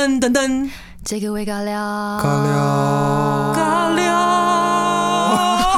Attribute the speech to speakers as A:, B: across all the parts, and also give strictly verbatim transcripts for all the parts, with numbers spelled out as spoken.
A: 噔噔噔，
B: 这个味尬聊，
C: 尬聊，
A: 尬聊。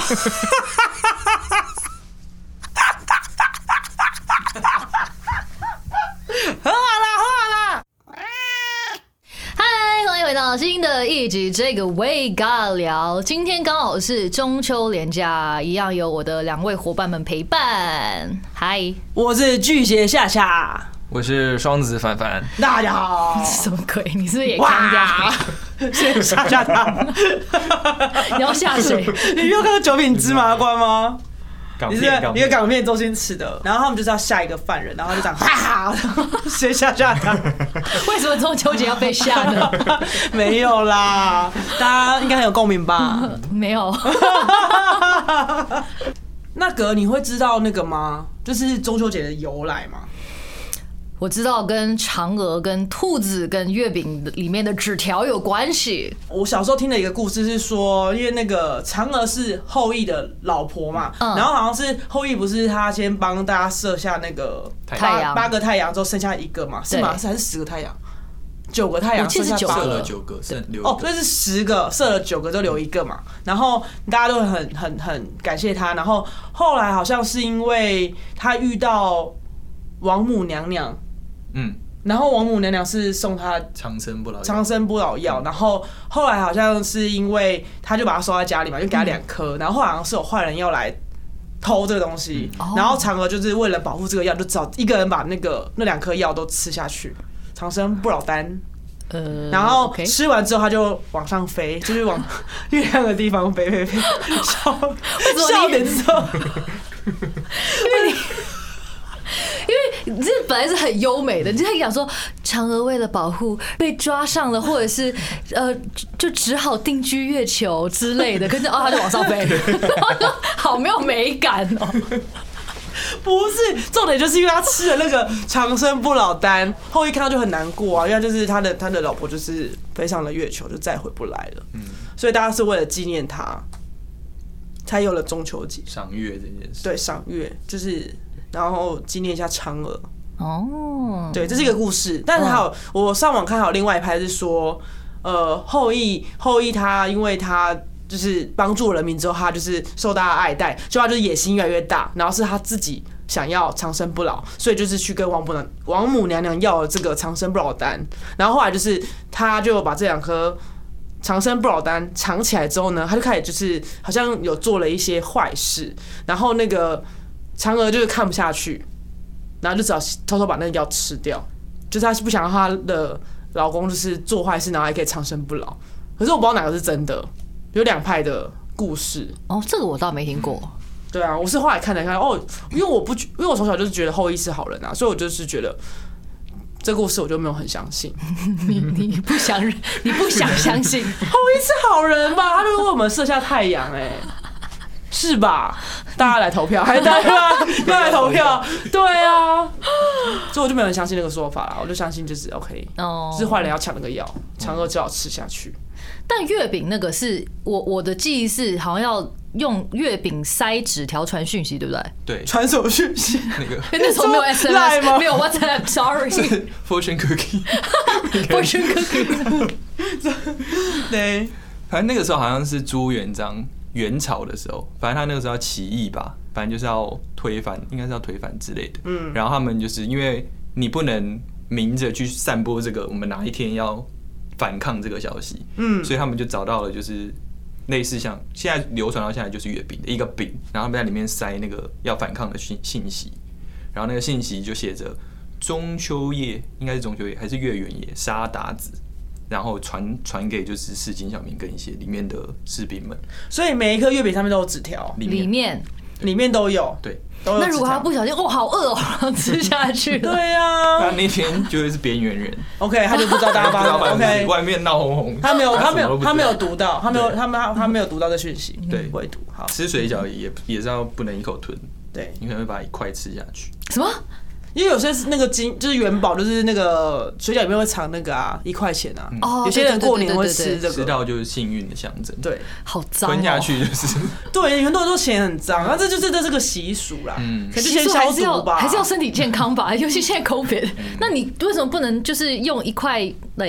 A: 喝啦喝啦！
B: 嗨，欢迎回到新的一集这个味尬聊。今天刚好是中秋连假，一样有我的两位伙伴们陪伴。嗨，
A: 我是巨蟹夏夏，
C: 我是双子凡凡。
A: 大家好。
B: 什么鬼？你是不是也看掉？
A: 先吓吓他。
B: 你要吓谁？
A: 你没有看过《九品芝麻官》吗？你是
C: 港
A: 一个港片周星驰的，然后他们就是要吓一个犯人，然后就这样哈哈，先吓吓他。
B: 为什么中秋节要被吓呢？
A: 没有啦，大家应该很有共鸣吧？
B: 没有。
A: 那个你会知道那个吗？就是中秋节的由来吗？
B: 我知道跟嫦娥、跟兔子、跟月饼里面的纸条有关系。
A: 我小时候听的一个故事是说，因为那个嫦娥是后羿的老婆嘛，嗯、然后好像是后羿不是他先帮大家设下那个
B: 太阳
A: 八个太阳之后剩下一个嘛，是吗？是还是十个太阳？九个太阳，
B: 我记得是九个，
C: 射了九个，剩留一个。
A: 哦，所以是十个，射了九个就留一个嘛。然后大家都很很很感谢他。然后后来好像是因为他遇到王母娘娘。嗯，然后王母娘娘是送他
C: 长生不老
A: 长生不老药，然后后来好像是因为他就把它收在家里嘛，就给他两颗，然后后来好像是有坏人要来偷这个东西，然后嫦娥就是为了保护这个药，就找一个人把那个那两颗药都吃下去，长生不老丹。呃，然后吃完之后，他就往上飞，就是往月亮的地方飞飞飞，笑笑点之后，
B: 因为你。因为这本来是很优美的，你就在讲说嫦娥为了保护被抓上了，或者是呃就只好定居月球之类的，跟着哦他就往上飞，好没有美感哦。
A: 不是，重点就是因为他吃了那个长生不老丹，后羿看到就很难过啊，因为就是他的他的老婆就是飞上了月球，就再回不来了。嗯，所以大家是为了纪念他，才有了中秋节
C: 赏月这件事。
A: 对，赏月就是。然后纪念一下嫦娥
B: 哦，
A: 对，这是一个故事。但是还有，我上网看还有另外一派是说，呃，后羿后羿他因为他就是帮助人民之后，他就是受大家爱戴，就他就是野心越来越大，然后是他自己想要长生不老，所以就是去跟王母娘王母娘娘要了这个长生不老丹。然后后来就是他就把这两颗长生不老丹藏起来之后呢，他就开始就是好像有做了一些坏事，然后那个。嫦娥就是看不下去，然后就只好偷偷把那个药吃掉，就是她不想让她的老公就是做坏事，然后还可以长生不老。可是我不知道哪个是真的，有两派的故事。
B: 哦，这个我倒没听过。
A: 对啊，我是后来看了看，哦，因为我不，因为我从小就是觉得后羿是好人啊，所以我就是觉得这个故事我就没有很相信。
B: 你你不想你不想相信
A: 后羿是好人吧？他就为我们射下太阳、欸，哎。是吧？大家来投票，还大家要来投票，对啊，所以我就没有人相信那个说法啦，我就相信就是 OK， 哦，就是坏人要抢那个药，嫦娥只好吃下去。
B: 但月饼那个是我我的记忆是好像要用月饼塞纸条传讯息，对不对？
C: 对，
A: 传什么讯息？
C: 那个
B: 那时候没有 S M S， 没有 WhatsApp，Sorry，
C: Fortune
B: cookie，Fortune cookie，
A: 对，
C: 反正那个时候好像是朱元璋。元朝的时候，反正他那个时候要起义吧，反正就是要推翻，应该是要推翻之类的。嗯，然后他们就是因为你不能明着去散播这个，我们哪一天要反抗这个消息，嗯，所以他们就找到了就是类似像现在流传到现在就是月饼的一个饼，然后他们在里面塞那个要反抗的信信息，然后那个信息就写着中秋夜，应该是中秋夜还是月圆夜，杀鞑子。然后传传给就是市井小民跟一些里面的士兵们，
A: 所以每一颗月饼上面都有纸条，
B: 里面
A: 里面都有，
C: 对，
A: 都有。
B: 那如果他不小心，哦，好饿哦，然后吃下去了，
A: 对啊，
C: 他那天就会是边缘人
A: ，OK， 他就不知道大家发生 ，OK，
C: 外面闹哄哄，
A: 他没有，他没有，他没有读到，他没有，他没有，他没有读到这讯息，
C: 对，
A: 不会读。好，
C: 吃水饺也也是要不能一口吞，
A: 对，
C: 你可能会把一块吃下去。
B: 什么？
A: 因为有些那个金就是元宝，就是那个水饺里面会藏那个啊一块钱啊，嗯、有些人过年会吃这个，
C: 吃到就是幸运的象征。
A: 对，
B: 好脏、哦，
C: 吞下去就是。
A: 对，很多人说钱很脏，那这就是这是个习俗啦。嗯，可是先消毒吧，
B: 还是要身体健康吧，尤其现在 COVID，、嗯、那你为什么不能就是用一块 like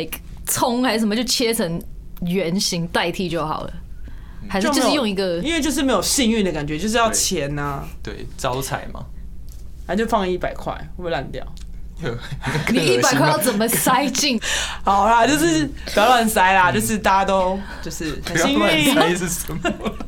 B: 葱还是什么，就切成圆形代替就好了。还是就是用一个，
A: 因为就是没有幸运的感觉，就是要钱呐、啊。
C: 对，招财嘛，
A: 还就放一百块，会不会烂掉？
B: 你一百块要怎么塞进？
A: 好啦，就是不要乱塞啦，就是大家都就是很幸运。
C: 塞是什么？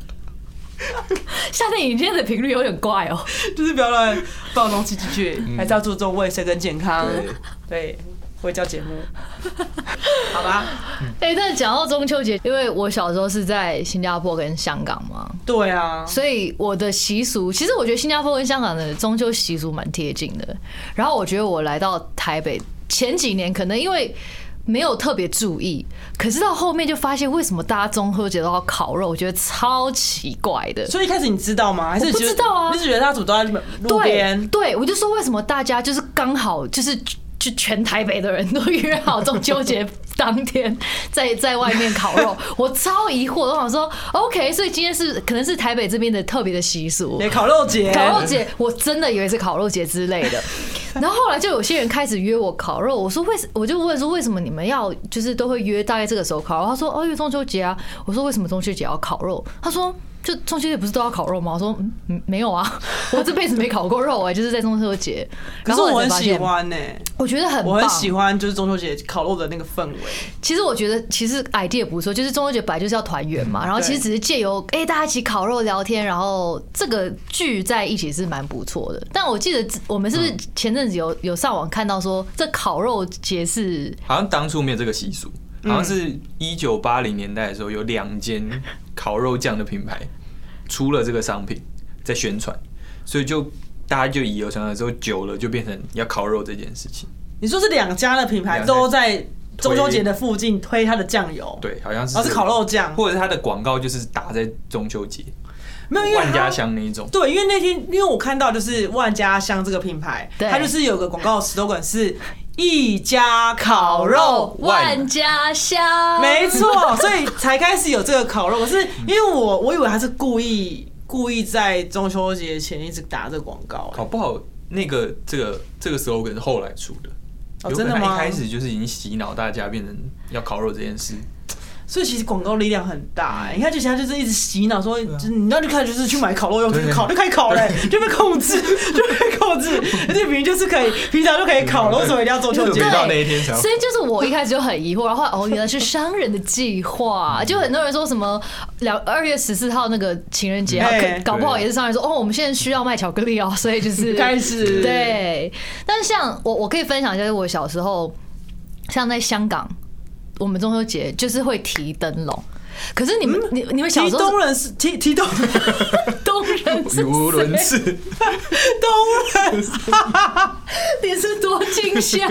B: 夏天，你今天的频率有点怪哦，
A: 就是不要乱放东西进去，还是要注重卫生跟健康。对。会教节目，好吧？
B: 哎、欸，但讲到中秋节，因为我小时候是在新加坡跟香港嘛，
A: 对啊，
B: 所以我的习俗，其实我觉得新加坡跟香港的中秋习俗蛮贴近的。然后我觉得我来到台北前几年，可能因为没有特别注意，可是到后面就发现为什么大家中秋节都要烤肉，我觉得超奇怪的。
A: 所以一开始你知道吗？还是
B: 不知道啊？
A: 你是觉得他怎么都在路边？
B: 对，我就说为什么大家就是刚好就是。就全台北的人都约好中秋节当天在在外面烤肉，我超疑惑，我想说 OK， 所以今天是可能是台北这边的特别的习俗，
A: 烤肉节，
B: 烤肉节，我真的以为是烤肉节之类的。然后后来就有些人开始约我烤肉，我说为什，我就问说为什么你们要就是都会约大概这个时候烤肉？他说哦，因为中秋节啊。我说为什么中秋节要烤肉？他说。就中秋节不是都要烤肉吗？我说嗯，没有啊，我这辈子没烤过肉哎、欸，就是在中秋节。
A: 可是我很喜欢呢、欸，
B: 我觉得很棒，
A: 我很喜欢就是中秋节烤肉的那个氛围。
B: 其实我觉得其实 idea 不错，就是中秋节本来就是要团圆嘛，然后其实只是借由哎、欸、大家一起烤肉聊天，然后这个聚在一起是蛮不错的。但我记得我们是不是前阵子有有上网看到说这烤肉节是
C: 好像当初没有这个习俗。好像是一九八零年代的时候，有两间烤肉酱的品牌出了这个商品，在宣传，所以就大家就以讹传讹之后，久了就变成要烤肉这件事情。
A: 你说是两家的品牌都在中秋节的附近推它的酱油？
C: 对，好像是。
A: 哦，是烤肉酱，
C: 或者是它的广告就是打在中秋节。
A: 没有，因为
C: 万家香那一种。
A: 对，因为那天因为我看到就是万家香这个品牌，它就是有个广告 slogan 是。一家烤肉
B: 万家香，
A: 没错，所以才开始有这个烤肉。可是因为我我以为他是故意故意在中秋节前一直打这个广告，
C: 搞不好那个这个这个 slogan 是后来出的，
A: 哦，真的吗？
C: 一开始就是已经洗脑大家变成要烤肉这件事。
A: 所以其实广告力量很大哎、欸，你看，就现在就是一直洗脑说，就是你那就开始就是去买烤肉用，就是烤就可以烤嘞、欸，就被控制，就被控制。而且明明就是可以，平常就可以烤了，为什么一定要中秋节
C: 到那一天才？
B: 所以就是我一开始就很疑惑，然后哦，原来是商人的计划。就很多人说什么两二月十四号那个情人节，搞不好也是商人说哦，我们现在需要卖巧克力哦，所以就是
A: 开始
B: 对。但是像我，我可以分享一下，我小时候像在香港。我们中秋节就是会提灯笼，可是你们、嗯、你你们小时候
A: 提东人是提提东
B: 东人是
C: 语无伦次，
A: 东人，
B: 你是多惊吓？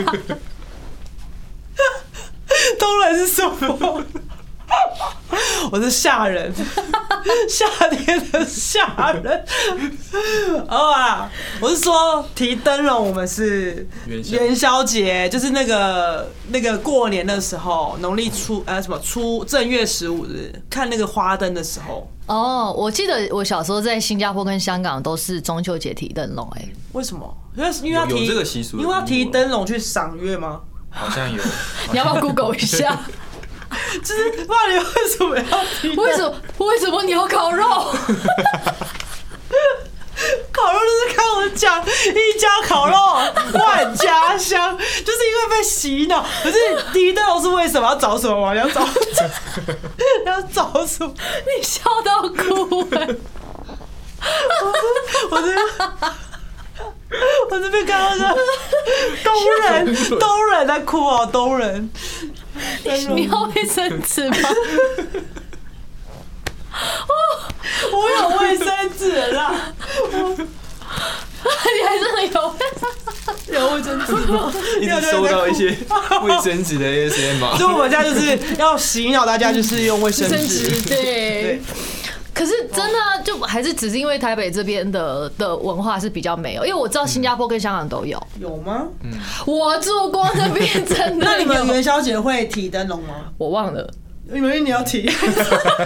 A: 东人是什么？我是夏人，夏天的夏人。哦啊，我是说提灯笼，我们是元宵节，就是那个那个过年的时候，农历初呃什么初正月十五日看那个花灯的时候。
B: 哦，我记得我小时候在新加坡跟香港都是中秋节提灯笼，哎，
A: 为什么？因为因为要提
C: 有这个习俗，
A: 因为要提灯笼去赏月吗？
C: 好像有，
B: 你要不要 Google 一下？
A: 就是不知道你为什么要提？
B: 为什么为什么你要烤肉？
A: 烤肉就是看我讲一家烤肉万家香，就是因为被洗脑。可是提灯笼是为什么？要找什么吗？你要找要找什么？
B: 你笑到哭哎、欸！
A: 我这我这边看到的东人东人在哭哦，东人。
B: 你要卫生纸吗？
A: 我有卫生纸啦，
B: 你还真的有
A: 有卫生纸吗？
C: 一直收到一些卫生纸的 A S M R。
A: 所以我们家就是要洗脑大家，就是用卫生纸。
B: 对。对可是真的、啊、就还是只是因为台北这边的的文化是比较没有，因为我知道新加坡跟香港都有。
A: 有吗？
C: 嗯，
B: 我住过那边，真的。
A: 那你们元宵节会提灯笼吗？
B: 我忘了，
A: 以为你要提。元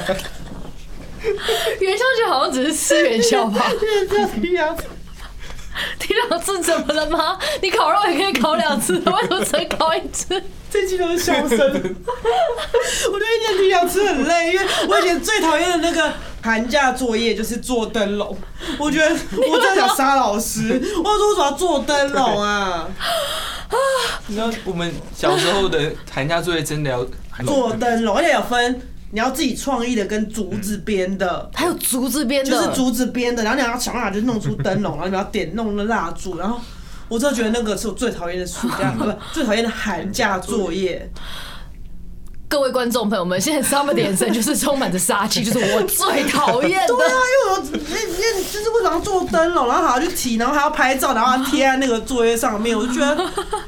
B: 宵节好像只是吃元宵吧？
A: 要提啊！
B: 踢两次怎么了吗？你烤肉也可以烤两次，为什么只能烤一次？
A: 这期都是笑声。我觉得一天踢两次很累，因为我以前最讨厌的那个寒假作业就是做灯笼。我觉得我真的想杀老师。我说为什么要做灯笼啊？
C: 你知道我们小时候的寒假作业真的要
A: 做灯笼，而且有分。你要自己创意的跟竹子编的，
B: 还有竹子编的，
A: 就是竹子编的，然后你要想办法就弄出灯笼，然后你要点弄那蜡烛，然后我真的觉得那个是我最讨厌的暑假，不最讨厌的寒假作业。
B: 各位观众朋友们，现在 Summer 的眼神就是充满着杀气，就是我最讨厌的。
A: 对啊，因为我那那就是为什么要做灯笼，然后还要去提，然后还要拍照，然后还要贴在那个作业上面，我就觉得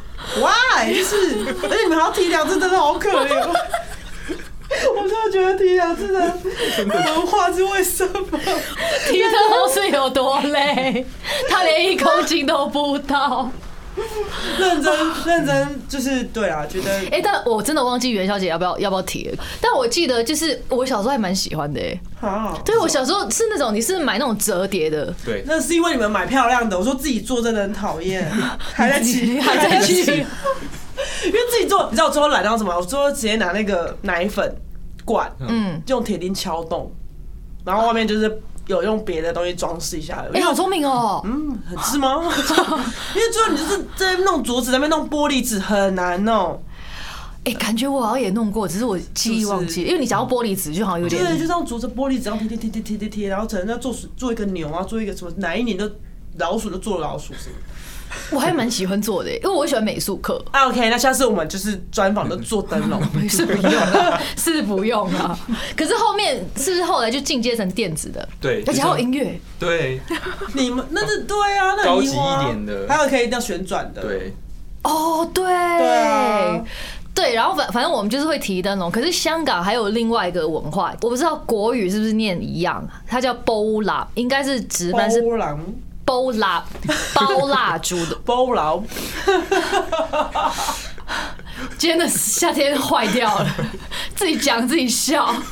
A: why 就是，而且你们还要提两次灯笼，好可怜。我真的觉得提两次的文化是为什么？
B: 提灯笼是有多累？他连一公斤都不到。
A: 认真认真就是对啊，觉得哎、
B: 欸，但我真的忘记元宵节要不要要不要提了。但我记得就是我小时候还蛮喜欢的哎、欸，
A: 啊，
B: 对我小时候是那种你是买那种折叠的，
C: 对，
A: 那是因为你们买漂亮的，我说自己做真的很讨厌，还在气，
B: 还在气，
A: 因为自己做，你知道我最后懒到什么？我最后直接拿那个奶粉罐，嗯，用铁钉敲洞，然后外面就是有用别的东西装饰一下。
B: 哎、欸，好聪明哦！
A: 嗯，是吗？因为最后你就是在弄竹子，在那边弄玻璃纸很难弄。
B: 哎、欸，感觉我好像也弄过，只是我记忆忘记。因为你讲到玻璃纸，就好像有点
A: 对，就这样竹子玻璃纸，然后贴贴贴贴贴贴贴，然后可能要做做一个牛啊，做一个什么，哪一年的老鼠就做老鼠什么。
B: 我还蛮喜欢做的，因为我喜欢美术课。
A: 啊 OK， 那下次我们就是专访的做灯笼，
B: 是不用啊，是不用啊。可是后面是不是后来就进阶成电子的？
C: 对，
B: 而且还有音乐。
C: 对，
A: 你们那是对啊，那
C: 高级一点的，
A: 还有可以要旋转的。
C: 对，
B: 哦，对，
A: 对啊。
B: 对，然后反反正我们就是会提灯笼，可是香港还有另外一个文化，我不知道国语是不是念一样，它叫煲蠟，应该是直翻是煲蠟，包蜡烛的
A: 煲蠟。
B: 今天的夏天坏掉了，自己讲自己笑，
A: 好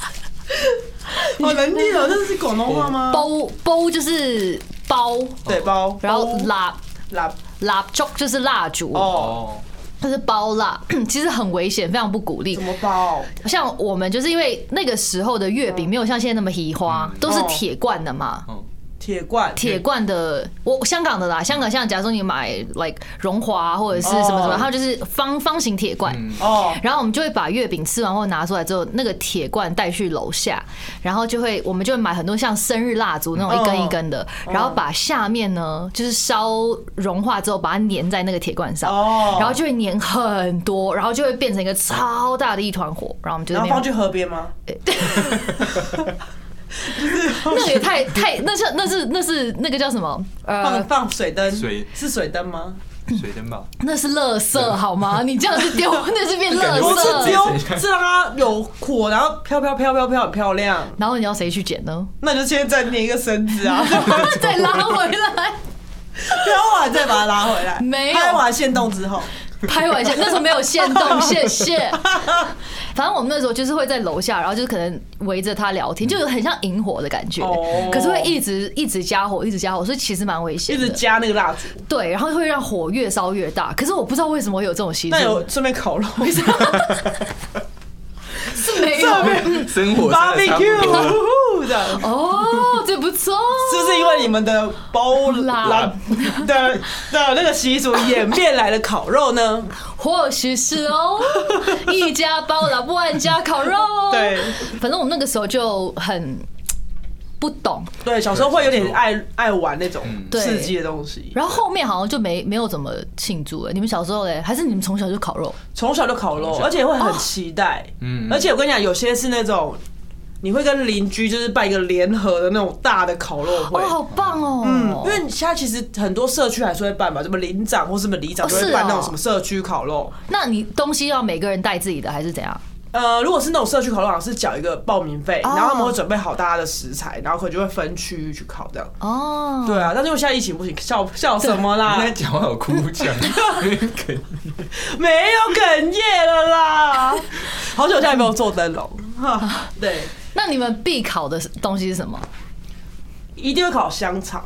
A: 难听哦！这是广东话吗？
B: 煲煲就是包，
A: 对包，
B: 然后蠟
A: 蠟
B: 蠟燭就是蜡烛
A: 哦。
B: 它是包蜡，其实很危险，非常不鼓励。
A: 怎么包？
B: 像我们就是因为那个时候的月饼没有像现在那么稀花，都是铁罐的嘛。
A: 铁罐，
B: 铁罐的，我香港的啦，香港像假如说你买 like 荣华或者是什么什么，它就是方方形铁罐。哦。然后我们就会把月饼吃完后拿出来之后，那个铁罐带去楼下，然后就会我们就会买很多像生日蜡烛那种一根一根的，然后把下面呢就是烧融化之后把它粘在那个铁罐上，然后就会粘很多，然后就会变成一个超大的一团火，然后我们就
A: 然后放去河边吗？
B: 那个也太太，那是那是那是那个叫什么？
A: 呃，放放水灯，
C: 水
A: 是水灯吗？
C: 水灯吧，
B: 那是垃圾好吗？你这样是丢，那是变垃圾。
A: 不是丢，是让它有火，然后飘飘飘飘飘很漂亮。
B: 然后你要谁去捡呢？
A: 那就先再粘一个绳子啊，
B: 再拉回来，
A: 飘完再把它拉回来。
B: 没有
A: 拍完限动之后。
B: 拍完线，那时候没有限动，谢谢。反正我们那时候就是会在楼下，然后就是可能围着他聊天，就有很像萤火的感觉。可是会一直一直加火，一直加火，所以其实蛮危险的。
A: 一直加那个蜡烛。
B: 对，然后会让火越烧越大。可是我不知道为什么会有这种习俗。
A: 那有顺便烤肉？
B: 是没有
C: 生活
A: barbecue
B: 哦，这不错。
A: 是不是因为你们的包蜡的的那个习俗演变来的烤肉呢？
B: 或许是哦，一家包蜡，万家烤肉。
A: 对，
B: 反正我们那个时候就很不懂。
A: 对，小时候会有点爱爱玩那种刺激的东西。
B: 然后后面好像就没没有怎么庆祝了。你们小时候嘞，还是你们从小就烤肉？
A: 从小就烤肉，而且会很期待。嗯，而且我跟你讲，有些是那种。你会跟邻居就是办一个联合的那种大的烤肉会，
B: 哦，好棒哦！
A: 嗯，因为现在其实很多社区还是会办吧，什么邻长或什么里长都会办那种什么社区烤肉。
B: 那你东西要每个人带自己的还是怎样？
A: 呃，如果是那种社区烤肉，好像是缴一个报名费，然后他们会准备好大家的食材，然后可能就会分区域去烤这样。哦，对啊，但是因为现在疫情不行，笑笑什么啦？
C: 你在讲话有哭腔，
A: 没有哽咽了啦。好久现在没有做灯笼，对。
B: 那你们必烤的东西是什么？
A: 一定会烤香肠，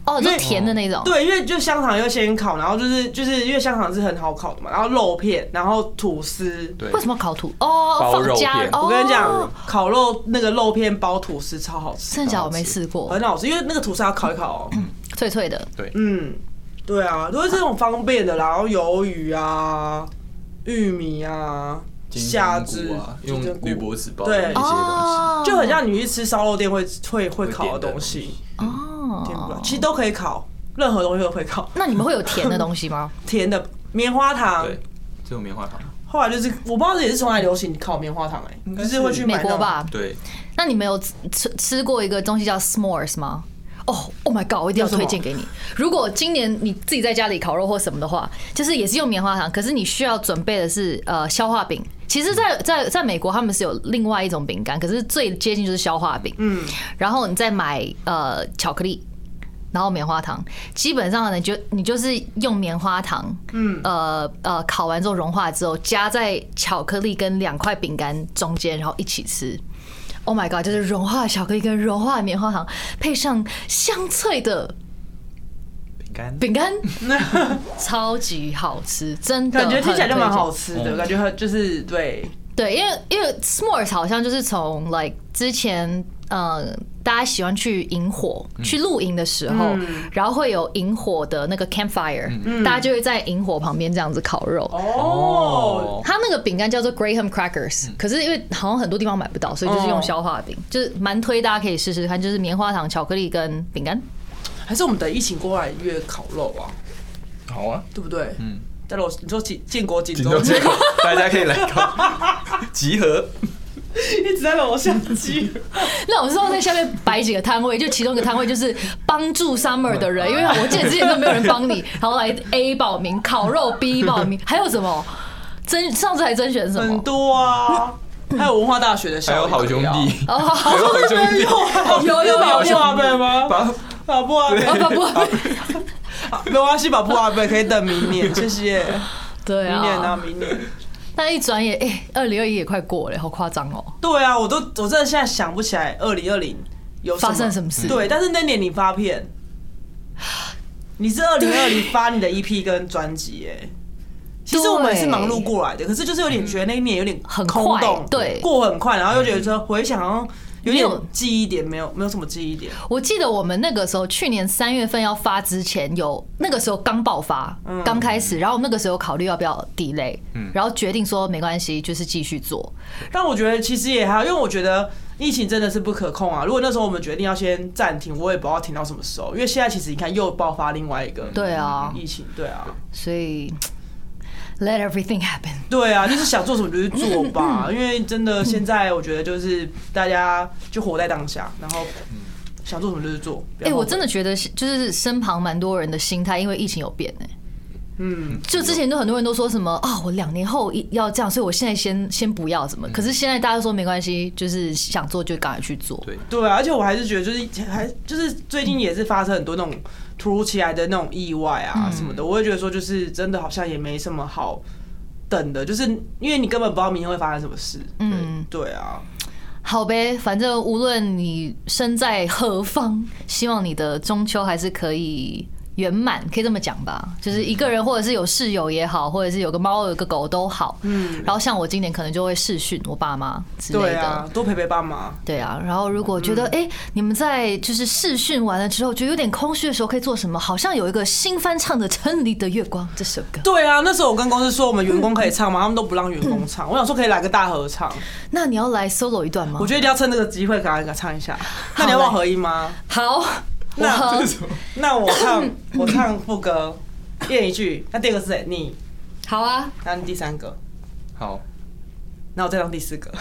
B: 哦，就甜的那种。
A: 对，因为就香肠要先烤，然后就是就是因为香肠是很好烤的嘛，然后肉片，然后吐司。
C: 对，
B: 为什么烤吐？哦，
C: 包肉
B: 放加
C: 片。
A: 我跟你讲，烤肉那个肉片包吐司超好吃。
B: 真的假的？我没试过，
A: 很好吃，因为那个吐司要烤一烤哦，
B: 脆脆的。
C: 对，
A: 嗯，对啊，都是这种方便的啦，然后鱿鱼啊、玉米啊。虾汁
C: 啊，用铝箔纸包
A: 对
C: 一些东西，
A: 就很像你去吃烧肉店会会会烤的东西
B: 哦，
A: 其实都可以烤，任何东西都可以烤。
B: 那你们会有甜的东西吗？
A: 甜的棉花糖，
C: 对，这种棉花糖。
A: 后来就是我不知道也是从哪里流行烤棉花糖哎，就是会去
B: 美国吧？
C: 对。
B: 那你们有吃吃过一个东西叫 s'mores 吗？哦 ，Oh my God！ 我一定要推荐给你。如果今年你自己在家里烤肉或什么的话，就是也是用棉花糖，可是你需要准备的是呃消化饼。其实在，在在在美国他们是有另外一种饼干，可是最接近就是消化饼。嗯，然后你再买呃巧克力，然后棉花糖。基本上呢，就你就是用棉花糖，嗯，呃呃烤完之后融化之后，夹在巧克力跟两块饼干中间，然后一起吃。Oh my god！ 就是融化的巧克力跟融化的棉花糖，配上香脆的
C: 饼干，
B: 饼干超级好吃，真的
A: 感觉听起来就蛮好吃的，感觉就是对
B: 对，因为因为 s'mores 好像就是从 like 之前呃大家喜欢去萤火、去露营的时候，然后会有萤火的那个 campfire，大家就会在萤火旁边这样子烤肉。哦，它那个饼干叫做 Graham crackers， 可是因为好像很多地方买不到，所以就是用消化饼，就是蛮推大家可以试试看，就是棉花糖、巧克力跟饼干。
A: 还是我们等疫情过来约烤肉啊？
C: 好啊，
A: 对不对？
C: 嗯，
A: 在楼你说建国锦州，
C: 大家可以来烤集合。
A: 一直在楼下集合。
B: 那我之后在下面摆几个摊位，就其中一个摊位就是帮助 Summer 的人，因为我记得之前都没有人帮你，然后来 A 报名烤肉 ，B 报名，还有什么甄上次还甄选什么？
A: 很多啊。还有文化大学的校友，
C: 还有好兄弟，
B: 哦，
C: 还有好兄弟，
B: 有有有有
A: 阿贝吗？把把布阿贝，
B: 把布阿贝，
A: 没关系，把布阿贝可以等明年，谢谢。
B: 对啊，
A: 明年啊，明年。
B: 但一转眼，哎，二零二一也快过了，好夸张哦。
A: 对啊，我都我真的现在想不起来二零二零有
B: 发生什么事。
A: 对，但是那年你发片，你是二零二零发你的 E P 跟专辑，哎。其实我们也是忙碌过来的，可是就是有点觉得那一年有点空洞，
B: 对，
A: 过很快，然后又觉得说回想好像有点记忆点没有没有什么记忆点。
B: 我记得我们那个时候去年三月份要发之前，有那个时候刚爆发，刚开始，然后那个时候考虑要不要 delay， 然后决定说没关系，就是继续做。
A: 但我觉得其实也还好，因为我觉得疫情真的是不可控啊。如果那时候我们决定要先暂停，我也不知道停到什么时候，因为现在其实你看又爆发另外一个
B: 对啊
A: 疫情，对啊，
B: 所以。Let everything happen。
A: 对啊，就是想做什么就去做吧，因为真的现在我觉得就是大家就活在当下，然后想做什么就是做。
B: 哎，我真的觉得就是身旁蛮多人的心态，因为疫情有变哎。嗯，就之前都很多人都说什么啊，我两年后要这样，所以我现在先先不要什么。可是现在大家都说没关系，就是想做就赶快去做。
C: 对
A: 对啊，而且我还是觉得就是还就是最近也是发生很多那种。突如其来的那种意外啊什么的，我会觉得说，就是真的好像也没什么好等的，就是因为你根本不知道明天会发生什么事。嗯，对啊。
B: 好呗，反正无论你身在何方，希望你的中秋还是可以圆满，可以这么讲吧。就是一个人，或者是有室友也好，或者是有个猫有个狗都好。嗯。然后像我今年可能就会视讯我爸妈之类的。
A: 对啊，多陪陪爸妈。
B: 对啊，然后如果觉得哎、欸，你们在就是视讯完了之后，就有点空虚的时候，可以做什么？好像有一个新翻唱的《城里的月光》这首歌。
A: 对啊，那时候我跟公司说我们员工可以唱吗？他们都不让员工唱。我想说可以来个大合唱。
B: 那你要来 solo 一段吗？
A: 我觉得一定要趁这个机会给他唱一下。那你要不要合音吗？
B: 好。
A: 那那我唱我唱副歌，念一句。那第二个是谁？你。
B: 好啊。
A: 那第三个。
C: 好。
A: 那我再当第四个。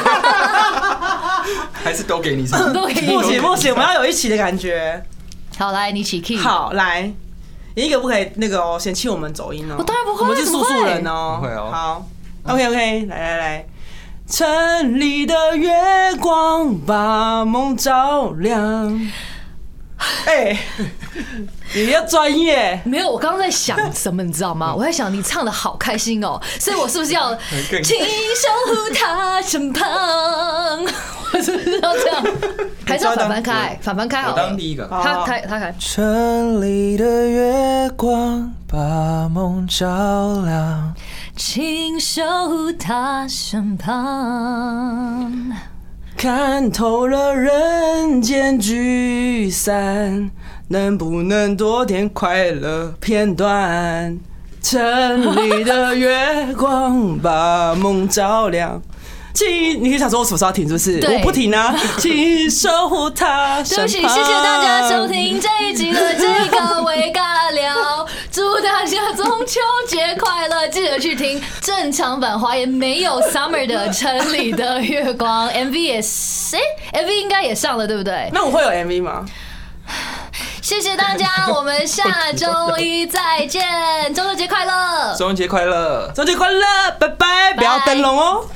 C: 还是都给你唱？
B: 都给你。
A: 不行不行，我们要有一起的感觉。
B: 好，来你起 key。
A: 好，来，你一个不可以那个哦，嫌弃我们走音哦。
B: 我当然不会，
A: 我们是素素人哦。
C: 不会哦。
A: 好 ，OK OK， 来来来。城里的月光把梦照亮。哎、欸，你要专业。
B: 没有，我刚刚在想什么，你知道吗？我在想你唱的好开心哦，所以我是不是要亲手护他身旁？我是不是要这样？还是要反反开？反反开好了。
C: 我当第一个。
B: 他他他开。
C: 城里的月光把梦照亮，
B: 请守他身旁。
A: 看透了人间聚散，能不能多点快乐片段？城里的月光把梦照亮。请，你可以想说我什么时候要停，是不是？我不停啊！请守护他身旁。
B: 对不起，谢谢大家收听这一集的这个微尬聊，祝大家中秋节快乐！记得去听正常版华研没有 Summer 的《城里的月光》M V 也是，哎 ，M V 应该也上了，对不对？
A: 那我会有 M V 吗？
B: 谢谢大家，我们下周一再见，中秋节快乐！
C: 中秋节快乐！
A: 中秋节快乐，拜拜！不要灯笼哦。